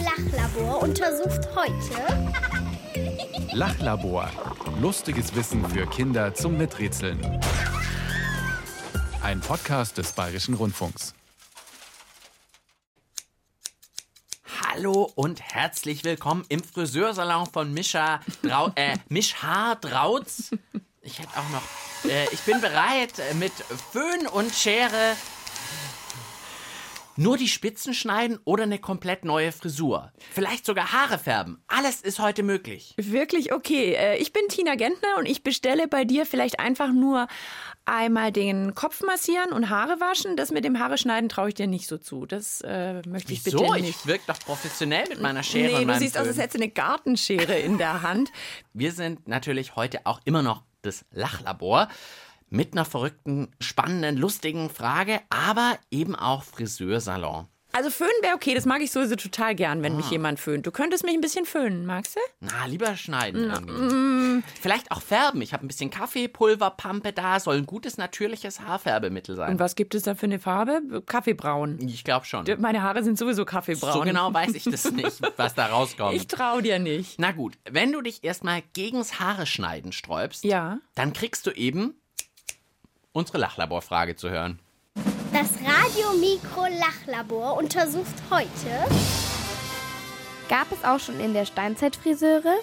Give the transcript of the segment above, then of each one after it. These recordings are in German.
Lachlabor untersucht heute Lachlabor. Lustiges Wissen für Kinder zum Miträtseln. Ein Podcast des Bayerischen Rundfunks. Hallo und herzlich willkommen im Friseursalon von Mischa Drautz. Ich hätte auch noch... ich bin bereit mit Föhn und Schere. Nur die Spitzen schneiden oder eine komplett neue Frisur. Vielleicht sogar Haare färben. Alles ist heute möglich. Wirklich? Okay. Ich bin Tina Gentner und ich bestelle bei dir vielleicht einfach nur einmal den Kopf massieren und Haare waschen. Das mit dem Haare schneiden traue ich dir nicht so zu. Das möchte ich bitte nicht. Ich wirke doch professionell mit meiner Schere und Nee, du meinem siehst aus, als hättest du eine Gartenschere in der Hand. Wir sind natürlich heute auch immer noch das Lachlabor. Mit einer verrückten, spannenden, lustigen Frage, aber eben auch Friseursalon. Also föhnen wäre okay, das mag ich sowieso total gern, wenn mich jemand föhnt. Du könntest mich ein bisschen föhnen, magst du? Na, lieber schneiden irgendwie. Vielleicht auch färben. Ich habe ein bisschen Kaffeepulverpampe da, soll ein gutes, natürliches Haarfärbemittel sein. Und was gibt es da für eine Farbe? Kaffeebraun. Ich glaube schon. Meine Haare sind sowieso kaffeebraun. So genau weiß ich das nicht, was da rauskommt. Ich trau dir nicht. Na gut, wenn du dich erstmal gegens Haare schneiden sträubst, Ja. dann kriegst du eben unsere Lachlaborfrage zu hören. das Radiomikro-Lachlabor untersucht heute Gab es auch schon in der Steinzeit Friseure?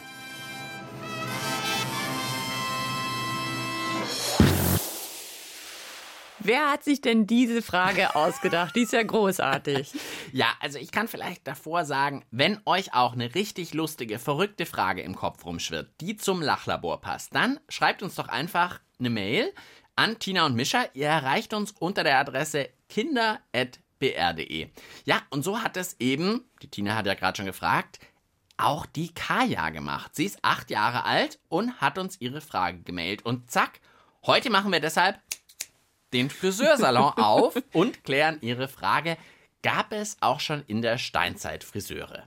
Wer hat sich denn diese Frage ausgedacht? Die ist ja großartig. Ja, also ich kann vielleicht davor sagen, wenn euch auch eine richtig lustige, verrückte Frage im Kopf rumschwirrt, die zum Lachlabor passt, dann schreibt uns doch einfach eine Mail an Tina und Mischa. Ihr erreicht uns unter der Adresse kinder@br.de. Ja, und so hat es eben, die Tina hat ja gerade schon gefragt, auch die Kaya gemacht. Sie ist 8 Jahre alt und hat uns ihre Frage gemailt. Und zack, heute machen wir deshalb den Friseursalon auf und klären ihre Frage. Gab es auch schon in der Steinzeit Friseure?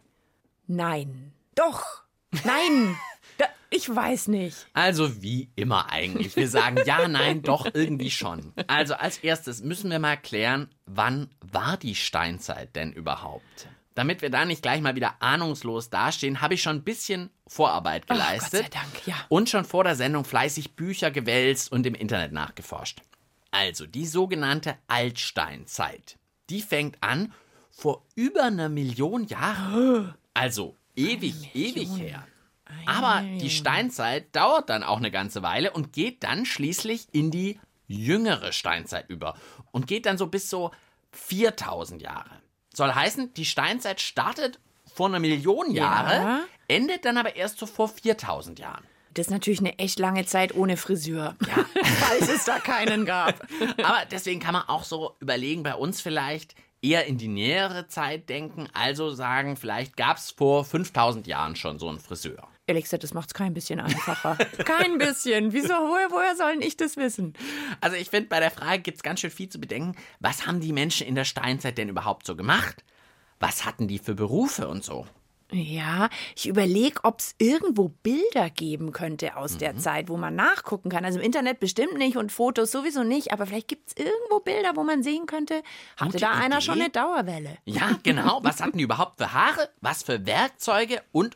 Nein. Doch. Nein. Ich weiß nicht. Also wie immer eigentlich. Wir sagen ja, nein, doch irgendwie schon. Also als erstes müssen wir mal klären, wann war die Steinzeit denn überhaupt? Damit wir da nicht gleich mal wieder ahnungslos dastehen, habe ich schon ein bisschen Vorarbeit geleistet. Gott sei Dank, ja. Und schon vor der Sendung fleißig Bücher gewälzt und im Internet nachgeforscht. Also die sogenannte Altsteinzeit. Die fängt an vor über 1 Million Jahren. Also ewig her. Aber die Steinzeit dauert dann auch eine ganze Weile und geht dann schließlich in die jüngere Steinzeit über. Und geht dann so bis so 4000 Jahre. Soll heißen, die Steinzeit startet vor 1 Million Jahre, endet dann aber erst so vor 4000 Jahren. Das ist natürlich eine echt lange Zeit ohne Friseur. Ja. Falls es da keinen gab. Aber deswegen kann man auch so überlegen, bei uns vielleicht eher in die nähere Zeit denken. Also sagen, vielleicht gab es vor 5000 Jahren schon so einen Friseur. Ehrlich gesagt, das macht es kein bisschen einfacher. Kein bisschen. Wieso? Woher sollen ich das wissen? Also ich finde, bei der Frage gibt es ganz schön viel zu bedenken. Was haben die Menschen in der Steinzeit denn überhaupt so gemacht? Was hatten die für Berufe und so? Ja, ich überlege, ob es irgendwo Bilder geben könnte aus der Zeit, wo man nachgucken kann. Also im Internet bestimmt nicht und Fotos sowieso nicht, aber vielleicht gibt es irgendwo Bilder, wo man sehen könnte, hatte da einer schon eine Dauerwelle? Ja, genau. Was hatten die überhaupt für Haare? Was für Werkzeuge? Und.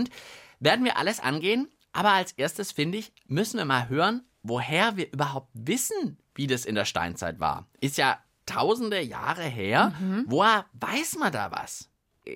Werden wir alles angehen. Aber als erstes, finde ich, müssen wir mal hören, woher wir überhaupt wissen, wie das in der Steinzeit war. Ist ja tausende Jahre her. Woher weiß man da was?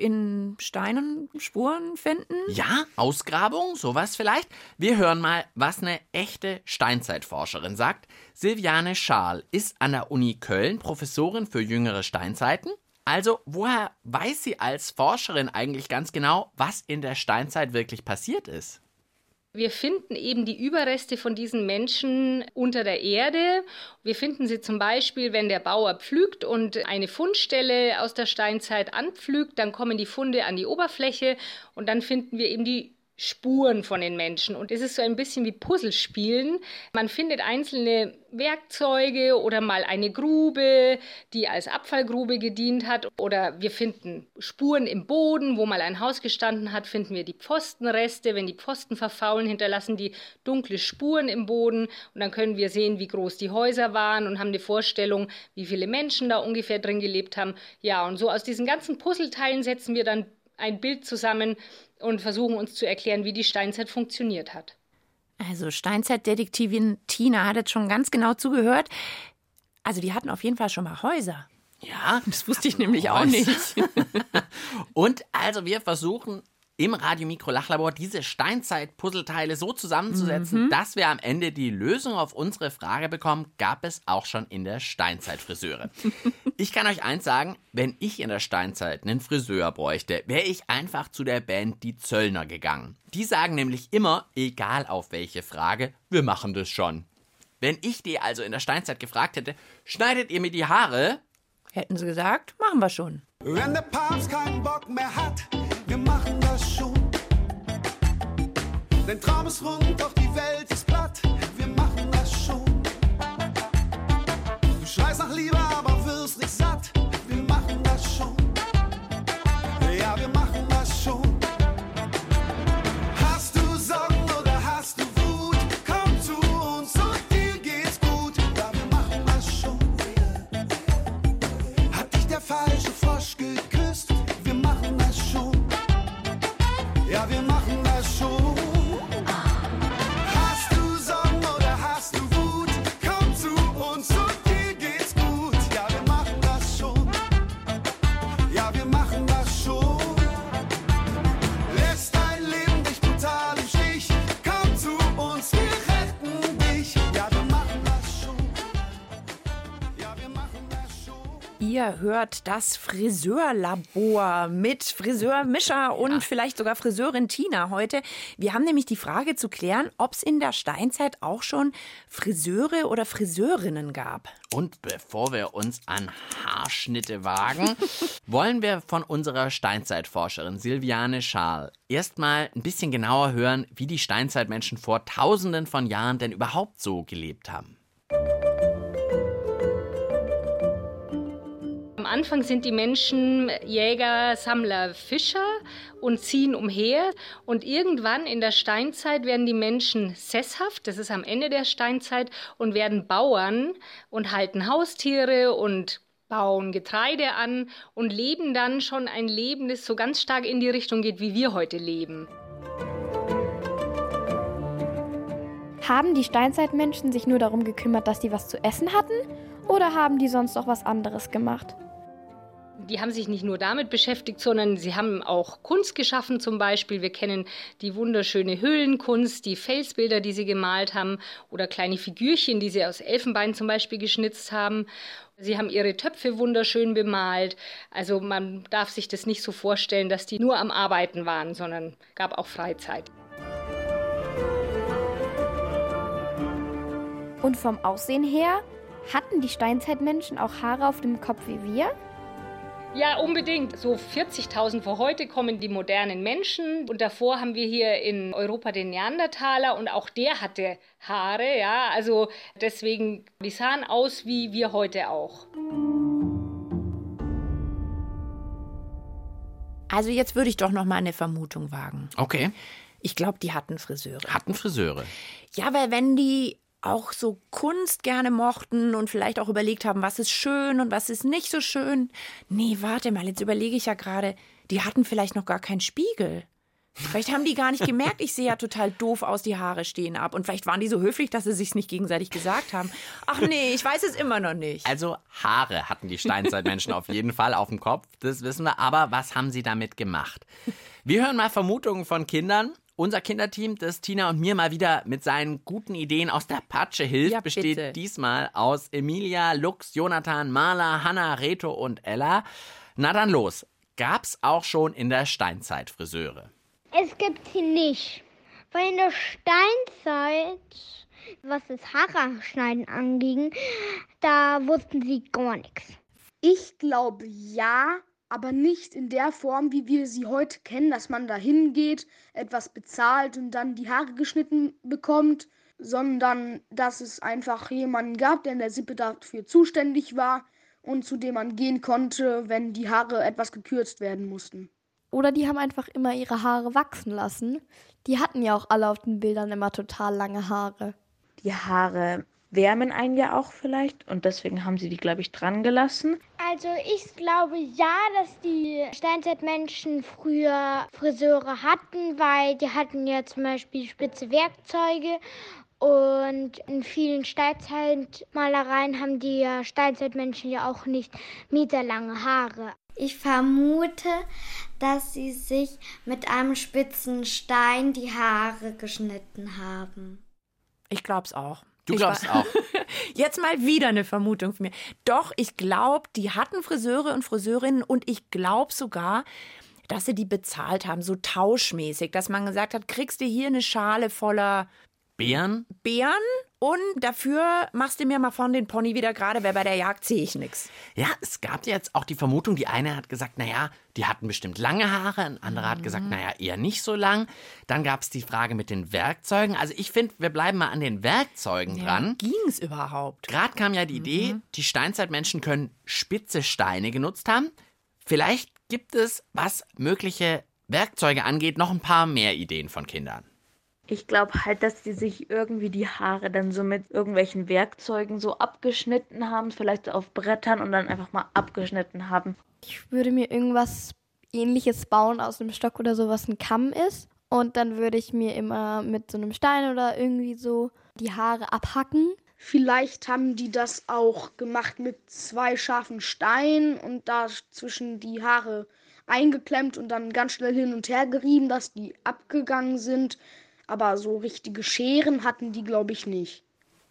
In Steinen Spuren finden? Ja, Ausgrabung, sowas vielleicht. Wir hören mal, was eine echte Steinzeitforscherin sagt. Silviane Schaal ist an der Uni Köln Professorin für jüngere Steinzeiten. Also, woher weiß sie als Forscherin eigentlich ganz genau, was in der Steinzeit wirklich passiert ist? Wir finden eben die Überreste von diesen Menschen unter der Erde. Wir finden sie zum Beispiel, wenn der Bauer pflügt und eine Fundstelle aus der Steinzeit anpflügt, dann kommen die Funde an die Oberfläche und dann finden wir eben die Spuren von den Menschen. Und es ist so ein bisschen wie Puzzlespielen. Man findet einzelne Werkzeuge oder mal eine Grube, die als Abfallgrube gedient hat. Oder wir finden Spuren im Boden, wo mal ein Haus gestanden hat, finden wir die Pfostenreste. Wenn die Pfosten verfaulen, hinterlassen die dunkle Spuren im Boden. Und dann können wir sehen, wie groß die Häuser waren und haben eine Vorstellung, wie viele Menschen da ungefähr drin gelebt haben. Ja, und so aus diesen ganzen Puzzleteilen setzen wir dann ein Bild zusammen und versuchen uns zu erklären, wie die Steinzeit funktioniert hat. Also Steinzeitdetektivin Tina hat jetzt schon ganz genau zugehört. Also die hatten auf jeden Fall schon mal Häuser. Ja, Das wusste ich nämlich auch nicht. Und also wir versuchen im Radio-Mikro-Lachlabor diese Steinzeit-Puzzleteile so zusammenzusetzen, dass wir am Ende die Lösung auf unsere Frage bekommen, gab es auch schon in der Steinzeit-Friseure. Ich kann euch eins sagen, wenn ich in der Steinzeit einen Friseur bräuchte, wäre ich einfach zu der Band Die Zöllner gegangen. Die sagen nämlich immer, egal auf welche Frage, wir machen das schon. Wenn ich die also in der Steinzeit gefragt hätte, schneidet ihr mir die Haare? Hätten sie gesagt, machen wir schon. Wenn der Papst keinen Bock mehr hat, wir machen das schon. Dein Traum ist rund, doch die Welt ist platt, wir machen das schon. Du schreist nach Liebe, aber wirst nicht satt, wir machen das schon. Ja, wir machen das schon. Hast du Sorgen oder hast du Wut? Komm zu uns und dir geht's gut. Ja, wir machen das schon. Hat dich der falsche Frosch geküsst? Wir machen das schon. Ja, wir machen das schon. Hast du Sorgen oder hast du Wut? Komm zu uns und dir geht's gut. Ja, wir machen das schon. Ja, wir machen das schon. Lässt dein Leben dich total im Stich. Komm zu uns, wir retten dich. Ja, wir machen das schon. Ja, wir machen das schon. Ihr hört das Friseurlabor mit Friseur Mischa und vielleicht sogar Friseurin Tina heute. Wir haben nämlich die Frage zu klären, ob es in der Steinzeit auch schon Friseure oder Friseurinnen gab. Und bevor wir uns an Haarschnitte wagen, wollen wir von unserer Steinzeitforscherin Silviane Scharl erstmal ein bisschen genauer hören, wie die Steinzeitmenschen vor Tausenden von Jahren denn überhaupt so gelebt haben. Am Anfang sind die Menschen Jäger, Sammler, Fischer und ziehen umher. Und irgendwann in der Steinzeit werden die Menschen sesshaft, das ist am Ende der Steinzeit, und werden Bauern und halten Haustiere und bauen Getreide an und leben dann schon ein Leben, das so ganz stark in die Richtung geht, wie wir heute leben. Haben die Steinzeitmenschen sich nur darum gekümmert, dass die was zu essen hatten? Oder haben die sonst noch was anderes gemacht? Die haben sich nicht nur damit beschäftigt, sondern sie haben auch Kunst geschaffen zum Beispiel. Wir kennen die wunderschöne Höhlenkunst, die Felsbilder, die sie gemalt haben oder kleine Figürchen, die sie aus Elfenbein zum Beispiel geschnitzt haben. Sie haben ihre Töpfe wunderschön bemalt. Also man darf sich das nicht so vorstellen, dass die nur am Arbeiten waren, sondern gab auch Freizeit. Und vom Aussehen her, hatten die Steinzeitmenschen auch Haare auf dem Kopf wie wir? Ja, unbedingt. So 40.000 vor heute kommen die modernen Menschen. Und davor haben wir hier in Europa den Neandertaler und auch der hatte Haare. Ja, also deswegen, die sahen aus wie wir heute auch. Also jetzt würde ich doch noch mal eine Vermutung wagen. Okay. Ich glaube, die hatten Friseure. Hatten Friseure. Ja, weil wenn die auch so Kunst gerne mochten und vielleicht auch überlegt haben, was ist schön und was ist nicht so schön. Nee, warte mal, jetzt überlege ich ja gerade, die hatten vielleicht noch gar keinen Spiegel. Vielleicht haben die gar nicht gemerkt, ich sehe ja total doof aus, die Haare stehen ab. Und vielleicht waren die so höflich, dass sie sich's nicht gegenseitig gesagt haben. Ach nee, ich weiß es immer noch nicht. Also Haare hatten die Steinzeitmenschen auf jeden Fall auf dem Kopf, das wissen wir. Aber was haben sie damit gemacht? Wir hören mal Vermutungen von Kindern. Unser Kinderteam, das Tina und mir mal wieder mit seinen guten Ideen aus der Patsche hilft, Ja, besteht bitte. diesmal aus Emilia, Lux, Jonathan, Marla, Hanna, Reto und Ella. Na dann los. Gab's auch schon in der Steinzeit Friseure? Es gibt sie nicht. Weil in der Steinzeit, was das Haare schneiden anging, da wussten sie gar nichts. Ich glaube ja, aber nicht in der Form, wie wir sie heute kennen, dass man da hingeht, etwas bezahlt und dann die Haare geschnitten bekommt, sondern dass es einfach jemanden gab, der in der Sippe dafür zuständig war und zu dem man gehen konnte, wenn die Haare etwas gekürzt werden mussten. Oder die haben einfach immer ihre Haare wachsen lassen. Die hatten ja auch alle auf den Bildern immer total lange Haare. Die Haare wärmen einen ja auch vielleicht. Und deswegen haben sie die, glaube ich, dran gelassen. Also ich glaube ja, dass die Steinzeitmenschen früher Friseure hatten, weil die hatten ja zum Beispiel spitze Werkzeuge. Und in vielen Steinzeitmalereien haben die Steinzeitmenschen ja auch nicht meterlange Haare. Ich vermute, dass sie sich mit einem spitzen Stein die Haare geschnitten haben. Ich glaub's auch. Du glaubst auch. Jetzt mal wieder eine Vermutung von mir. Doch, ich glaube, die hatten Friseure und Friseurinnen und ich glaube sogar, dass sie die bezahlt haben, so tauschmäßig, dass man gesagt hat, kriegst du hier eine Schale voller Bären und dafür machst du mir mal von den Pony wieder gerade, weil bei der Jagd sehe ich nichts. Ja, es gab jetzt auch die Vermutung, die eine hat gesagt, naja, die hatten bestimmt lange Haare, ein anderer hat gesagt, naja, eher nicht so lang. Dann gab es die Frage mit den Werkzeugen. Also ich finde, wir bleiben mal an den Werkzeugen dran. Ging es überhaupt? Gerade kam ja die Idee, die Steinzeitmenschen können spitze Steine genutzt haben. Vielleicht gibt es, was mögliche Werkzeuge angeht, noch ein paar mehr Ideen von Kindern. Ich glaube halt, dass die sich irgendwie die Haare dann so mit irgendwelchen Werkzeugen so abgeschnitten haben, vielleicht so auf Brettern und dann einfach mal abgeschnitten haben. Ich würde mir irgendwas Ähnliches bauen aus einem Stock oder so, was ein Kamm ist. Und dann würde ich mir immer mit so einem Stein oder irgendwie so die Haare abhacken. Vielleicht haben die das auch gemacht mit 2 scharfen Steinen und dazwischen die Haare eingeklemmt und dann ganz schnell hin und her gerieben, dass die abgegangen sind. Aber so richtige Scheren hatten die, glaube ich, nicht.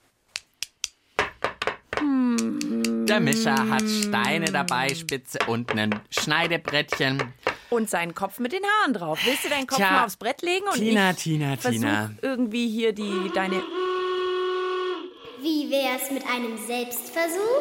Der Mischa hat Steine dabei, Spitze und ein Schneidebrettchen. Und seinen Kopf mit den Haaren drauf. Willst du deinen Kopf mal aufs Brett legen? Und Tina. versuch irgendwie hier deine... Wie wär's mit einem Selbstversuch?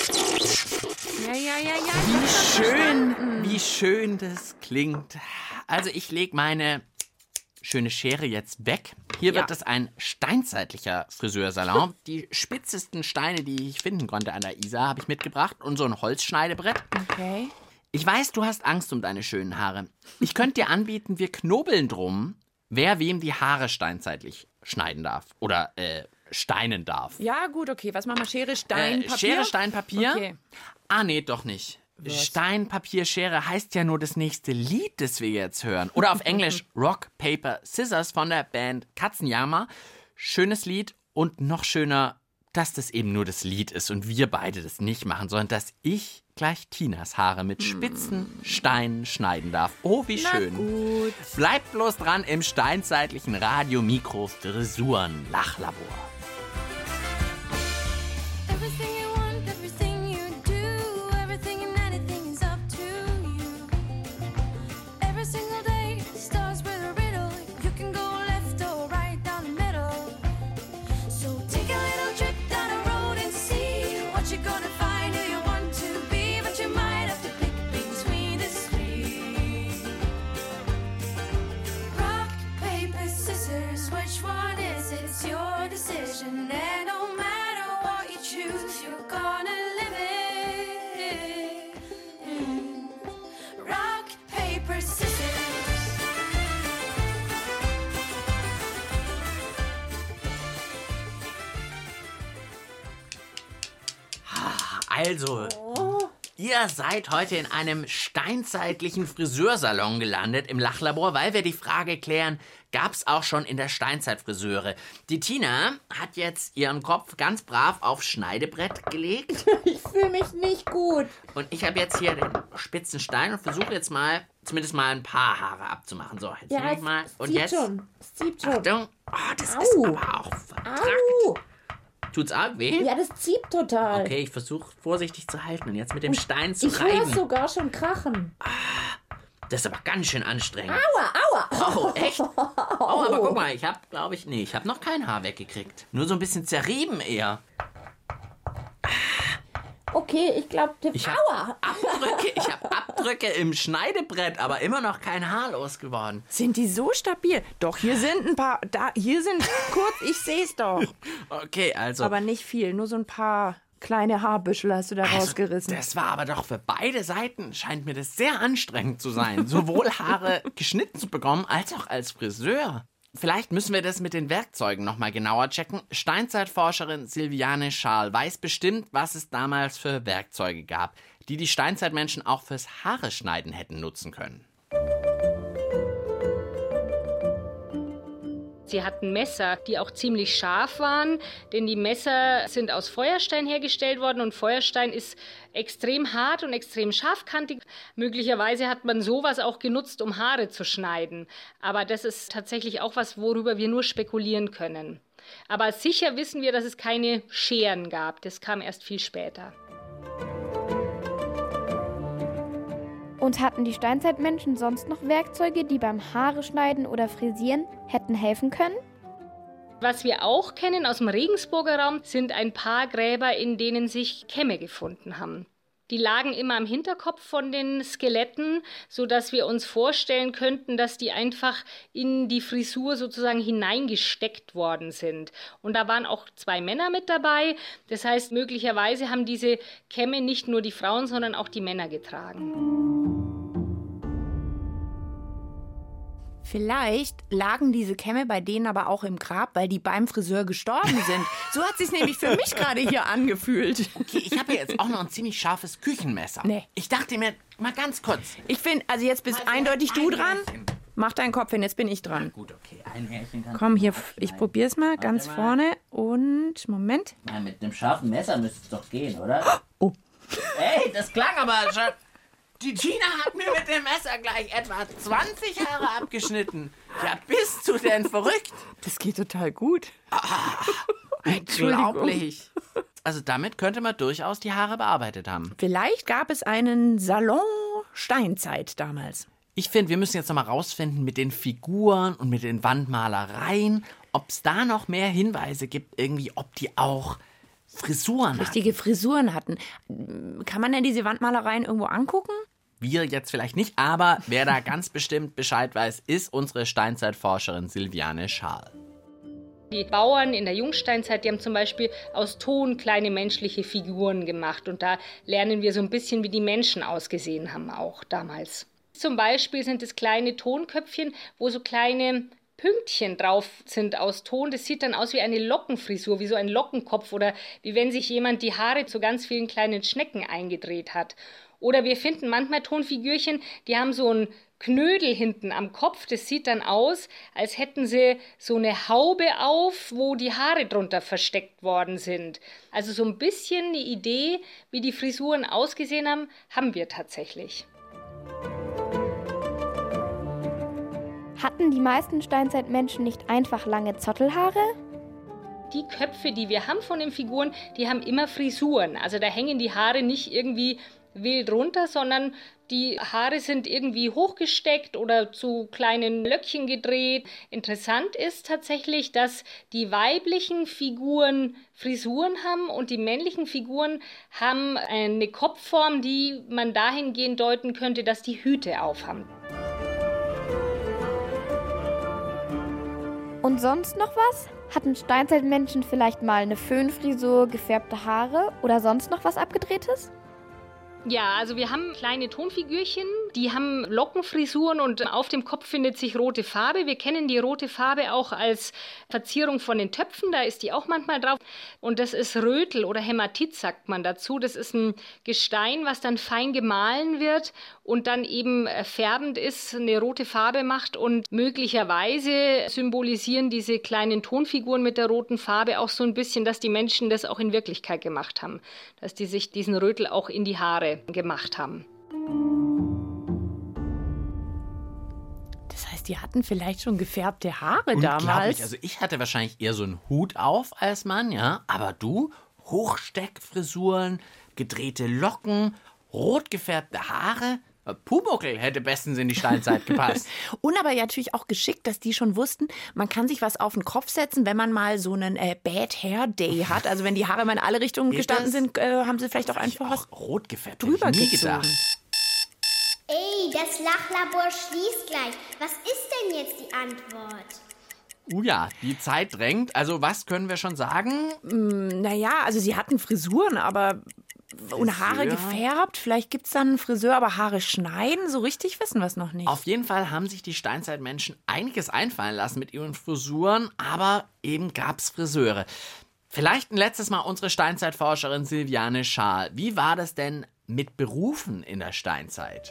Ja. Wie schön das klingt. Also ich lege meine schöne Schere jetzt weg. Hier wird es ein steinzeitlicher Friseursalon. Die spitzesten Steine, die ich finden konnte an der Isar, habe ich mitgebracht. Und so ein Holzschneidebrett. Okay. Ich weiß, du hast Angst um deine schönen Haare. Ich könnte dir anbieten, wir knobeln drum, wer wem die Haare steinzeitlich schneiden darf. Oder steinen darf. Ja, gut, okay. Was machen wir? Schere, Stein, Papier? Schere, Stein, Papier? Okay. Ah, nee, doch nicht. Stein, Papier, Schere heißt ja nur das nächste Lied, das wir jetzt hören. Oder auf Englisch Rock, Paper, Scissors von der Band Katzenjammer. Schönes Lied und noch schöner, dass das eben nur das Lied ist und wir beide das nicht machen, sondern dass ich gleich Tinas Haare mit spitzen Steinen schneiden darf. Oh, wie schön. Gut. Bleibt bloß dran im steinzeitlichen Radio-Mikro Frisuren-Lachlabor. Also, ihr seid heute in einem steinzeitlichen Friseursalon gelandet im Lachlabor, weil wir die Frage klären, gab es auch schon in der Steinzeit Friseure? Die Tina hat jetzt ihren Kopf ganz brav aufs Schneidebrett gelegt. Ich fühle mich nicht gut. Und ich habe jetzt hier den spitzen Stein und versuche jetzt mal, zumindest mal ein paar Haare abzumachen. So, jetzt nehme ich mal. Und jetzt. Es zieht schon. Achtung. Oh, das ist aber auch vertrackt. Tut's arg weh? Ja, das zieht total. Okay, ich versuche vorsichtig zu halten und jetzt mit dem Stein zu Ich höre reiben. es sogar schon krachen. Das ist aber ganz schön anstrengend. Aua. Oh, echt? Oh, aber guck mal, ich habe, glaube ich, ich habe noch kein Haar weggekriegt. Nur so ein bisschen zerrieben eher. Okay, ich glaube, Ich habe Abdrücke im Schneidebrett, aber immer noch kein Haar losgeworden. Sind die so stabil? Doch, hier sind ein paar, hier sind kurz, ich sehe es doch. Okay, also. Aber nicht viel, nur so ein paar kleine Haarbüschel hast du da rausgerissen. Das war aber doch für beide Seiten, scheint mir das sehr anstrengend zu sein. Sowohl Haare geschnitten zu bekommen, als auch als Friseur. Vielleicht müssen wir das mit den Werkzeugen nochmal genauer checken. Steinzeitforscherin Silviane Schaal weiß bestimmt, was es damals für Werkzeuge gab, die die Steinzeitmenschen auch fürs Haare schneiden hätten nutzen können. Sie hatten Messer, die auch ziemlich scharf waren, denn die Messer sind aus Feuerstein hergestellt worden und Feuerstein ist extrem hart und extrem scharfkantig. Möglicherweise hat man sowas auch genutzt, um Haare zu schneiden. Aber das ist tatsächlich auch was, worüber wir nur spekulieren können. Aber sicher wissen wir, dass es keine Scheren gab. Das kam erst viel später. Und hatten die Steinzeitmenschen sonst noch Werkzeuge, die beim Haare schneiden oder frisieren hätten helfen können? Was wir auch kennen aus dem Regensburger Raum, sind ein paar Gräber, in denen sich Kämme gefunden haben. Die lagen immer am Hinterkopf von den Skeletten, sodass wir uns vorstellen könnten, dass die einfach in die Frisur sozusagen hineingesteckt worden sind. Und da waren auch 2 Männer mit dabei. Das heißt, möglicherweise haben diese Kämme nicht nur die Frauen, sondern auch die Männer getragen. Vielleicht lagen diese Kämme bei denen aber auch im Grab, weil die beim Friseur gestorben sind. So hat es sich nämlich für mich gerade hier angefühlt. Okay, ich habe ja jetzt auch noch ein ziemlich scharfes Küchenmesser. Nee. Ich dachte mir, mal ganz kurz. Ich finde, also jetzt bist eindeutig du dran. Mach deinen Kopf hin, jetzt bin ich dran. Gut, okay, ein Härchen kann Komm, hier, ich probier's mal ganz vorne. Und, Moment. Na, mit einem scharfen Messer müsste es doch gehen, oder? Oh. Hey, das klang aber schon... Die Tina hat mir mit dem Messer gleich etwa 20 Haare abgeschnitten. Ja, bist du denn verrückt? Das geht total gut. Unglaublich. Also damit könnte man durchaus die Haare bearbeitet haben. Vielleicht gab es einen Salon Steinzeit damals. Ich finde, wir müssen jetzt noch mal rausfinden mit den Figuren und mit den Wandmalereien, ob es da noch mehr Hinweise gibt, irgendwie, ob die auch Frisuren Richtige Frisuren hatten. Kann man denn diese Wandmalereien irgendwo angucken? Wir jetzt vielleicht nicht, aber wer da ganz bestimmt Bescheid weiß, ist unsere Steinzeitforscherin Silviane Schaal. Die Bauern in der Jungsteinzeit, die haben zum Beispiel aus Ton kleine menschliche Figuren gemacht. Und da lernen wir so ein bisschen, wie die Menschen ausgesehen haben auch damals. Zum Beispiel sind es kleine Tonköpfchen, wo so kleine Pünktchen drauf sind aus Ton. Das sieht dann aus wie eine Lockenfrisur, wie so ein Lockenkopf oder wie wenn sich jemand die Haare zu ganz vielen kleinen Schnecken eingedreht hat. Oder wir finden manchmal Tonfigürchen, die haben so einen Knödel hinten am Kopf. Das sieht dann aus, als hätten sie so eine Haube auf, wo die Haare drunter versteckt worden sind. Also so ein bisschen eine Idee, wie die Frisuren ausgesehen haben, haben wir tatsächlich. Hatten die meisten Steinzeitmenschen nicht einfach lange Zottelhaare? Die Köpfe, die wir haben von den Figuren, die haben immer Frisuren. Also da hängen die Haare nicht irgendwie wild runter, sondern die Haare sind irgendwie hochgesteckt oder zu kleinen Löckchen gedreht. Interessant ist tatsächlich, dass die weiblichen Figuren Frisuren haben und die männlichen Figuren haben eine Kopfform, die man dahingehend deuten könnte, dass die Hüte aufhaben. Und sonst noch was? Hatten Steinzeitmenschen vielleicht mal eine Föhnfrisur, gefärbte Haare oder sonst noch was Abgedrehtes? Ja, also wir haben kleine Tonfigürchen, die haben Lockenfrisuren und auf dem Kopf findet sich rote Farbe. Wir kennen die rote Farbe auch als Verzierung von den Töpfen, da ist die auch manchmal drauf. Und das ist Rötel oder Hämatit, sagt man dazu. Das ist ein Gestein, was dann fein gemahlen wird und dann eben färbend ist, eine rote Farbe macht. Und möglicherweise symbolisieren diese kleinen Tonfiguren mit der roten Farbe auch so ein bisschen, dass die Menschen das auch in Wirklichkeit gemacht haben. Dass die sich diesen Rötel auch in die Haare gemacht haben. Das heißt, die hatten vielleicht schon gefärbte Haare Unglaublich. damals. Also ich hatte wahrscheinlich eher so einen Hut auf als Mann, ja. Aber du, Hochsteckfrisuren, gedrehte Locken, rot gefärbte Haare. Pumuckl hätte bestens in die Steinzeit gepasst. Und aber ja natürlich auch geschickt, dass die schon wussten, man kann sich was auf den Kopf setzen, wenn man mal so einen Bad Hair Day hat. Also wenn die Haare mal in alle Richtungen gestanden sind, haben sie vielleicht auch einfach was rot gefärbt drüber gezogen. Ey, das Lachlabor schließt gleich. Was ist denn jetzt die Antwort? Ja, die Zeit drängt. Also was können wir schon sagen? Naja, also sie hatten Frisuren, aber Und Haare Friseur? gefärbt? Vielleicht gibt es dann einen Friseur, aber Haare schneiden? So richtig wissen wir es noch nicht. Auf jeden Fall haben sich die Steinzeitmenschen einiges einfallen lassen mit ihren Frisuren, aber eben gab es Friseure. Vielleicht ein letztes Mal unsere Steinzeitforscherin Silviane Schaal. Wie war das denn mit Berufen in der Steinzeit?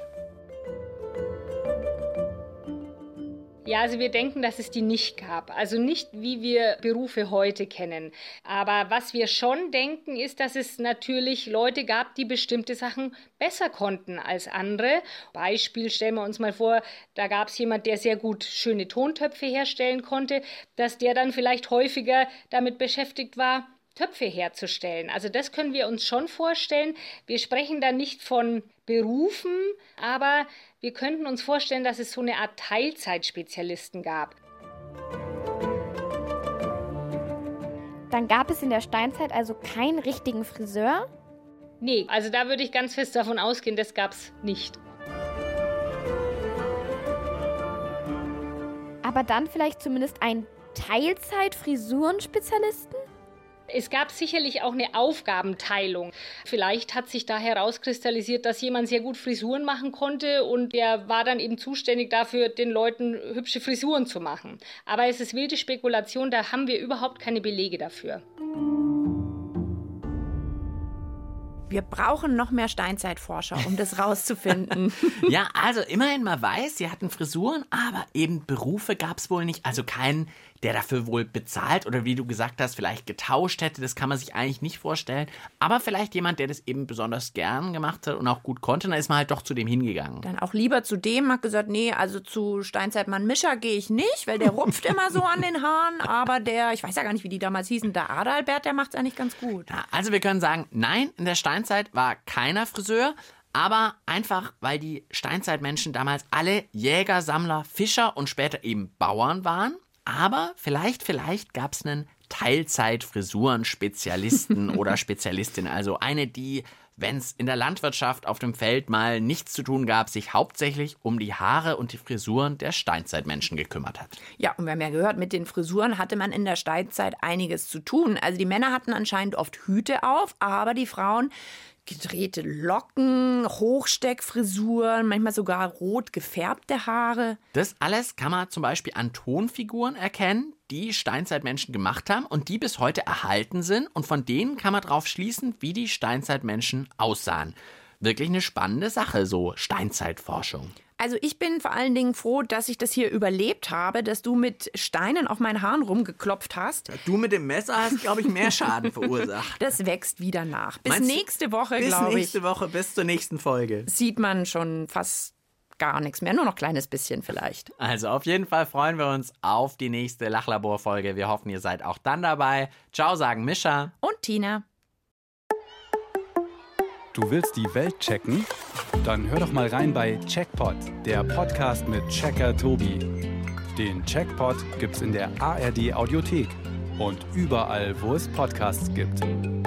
Ja, also wir denken, dass es die nicht gab. Also nicht, wie wir Berufe heute kennen. Aber was wir schon denken, ist, dass es natürlich Leute gab, die bestimmte Sachen besser konnten als andere. Beispiel, stellen wir uns mal vor, da gab es jemand, der sehr gut schöne Tontöpfe herstellen konnte, dass der dann vielleicht häufiger damit beschäftigt war, Töpfe herzustellen. Also das können wir uns schon vorstellen. Wir sprechen da nicht von Berufen, aber wir könnten uns vorstellen, dass es so eine Art Teilzeitspezialisten gab. Dann gab es in der Steinzeit also keinen richtigen Friseur? Nee, also da würde ich ganz fest davon ausgehen, das gab es nicht. Aber dann vielleicht zumindest einen Teilzeit-Frisurenspezialisten? Es gab sicherlich auch eine Aufgabenteilung. Vielleicht hat sich da herauskristallisiert, dass jemand sehr gut Frisuren machen konnte und der war dann eben zuständig dafür, den Leuten hübsche Frisuren zu machen. Aber es ist wilde Spekulation, da haben wir überhaupt keine Belege dafür. Wir brauchen noch mehr Steinzeitforscher, um das rauszufinden. Ja, also immerhin, man weiß, sie hatten Frisuren, aber eben Berufe gab es wohl nicht. Also keinen, der dafür wohl bezahlt oder wie du gesagt hast, vielleicht getauscht hätte. Das kann man sich eigentlich nicht vorstellen. Aber vielleicht jemand, der das eben besonders gern gemacht hat und auch gut konnte. Dann ist man halt doch zu dem hingegangen. Dann auch lieber zu dem, hat gesagt, nee, also zu Steinzeitmann Mischa gehe ich nicht, weil der rupft immer so an den Haaren. Aber der, ich weiß ja gar nicht, wie die damals hießen, der Adalbert, der macht es eigentlich ganz gut. Ja, also wir können sagen, nein, in der Steinzeit war keiner Friseur. Aber einfach, weil die Steinzeitmenschen damals alle Jäger, Sammler, Fischer und später eben Bauern waren. Aber vielleicht gab es einen Teilzeit-Frisuren-Spezialisten oder Spezialistin. Also eine, die, wenn es in der Landwirtschaft auf dem Feld mal nichts zu tun gab, sich hauptsächlich um die Haare und die Frisuren der Steinzeitmenschen gekümmert hat. Ja, und wir haben ja gehört, mit den Frisuren hatte man in der Steinzeit einiges zu tun. Also die Männer hatten anscheinend oft Hüte auf, aber die Frauen gedrehte Locken, Hochsteckfrisuren, manchmal sogar rot gefärbte Haare. Das alles kann man zum Beispiel an Tonfiguren erkennen, die Steinzeitmenschen gemacht haben und die bis heute erhalten sind. Und von denen kann man drauf schließen, wie die Steinzeitmenschen aussahen. Wirklich eine spannende Sache, so Steinzeitforschung. Also ich bin vor allen Dingen froh, dass ich das hier überlebt habe, dass du mit Steinen auf meinen Haaren rumgeklopft hast. Du mit dem Messer hast, glaube ich, mehr Schaden verursacht. Das wächst wieder nach. Bis Meinst du, nächste Woche, glaube ich. Bis nächste Woche, bis zur nächsten Folge. Sieht man schon fast gar nichts mehr, nur noch ein kleines bisschen vielleicht. Also auf jeden Fall freuen wir uns auf die nächste Lachlabor-Folge. Wir hoffen, ihr seid auch dann dabei. Ciao, sagen Mischa und Tina. Du willst die Welt checken? Dann hör doch mal rein bei Checkpot, der Podcast mit Checker Tobi. Den Checkpot gibt's in der ARD Audiothek und überall, wo es Podcasts gibt.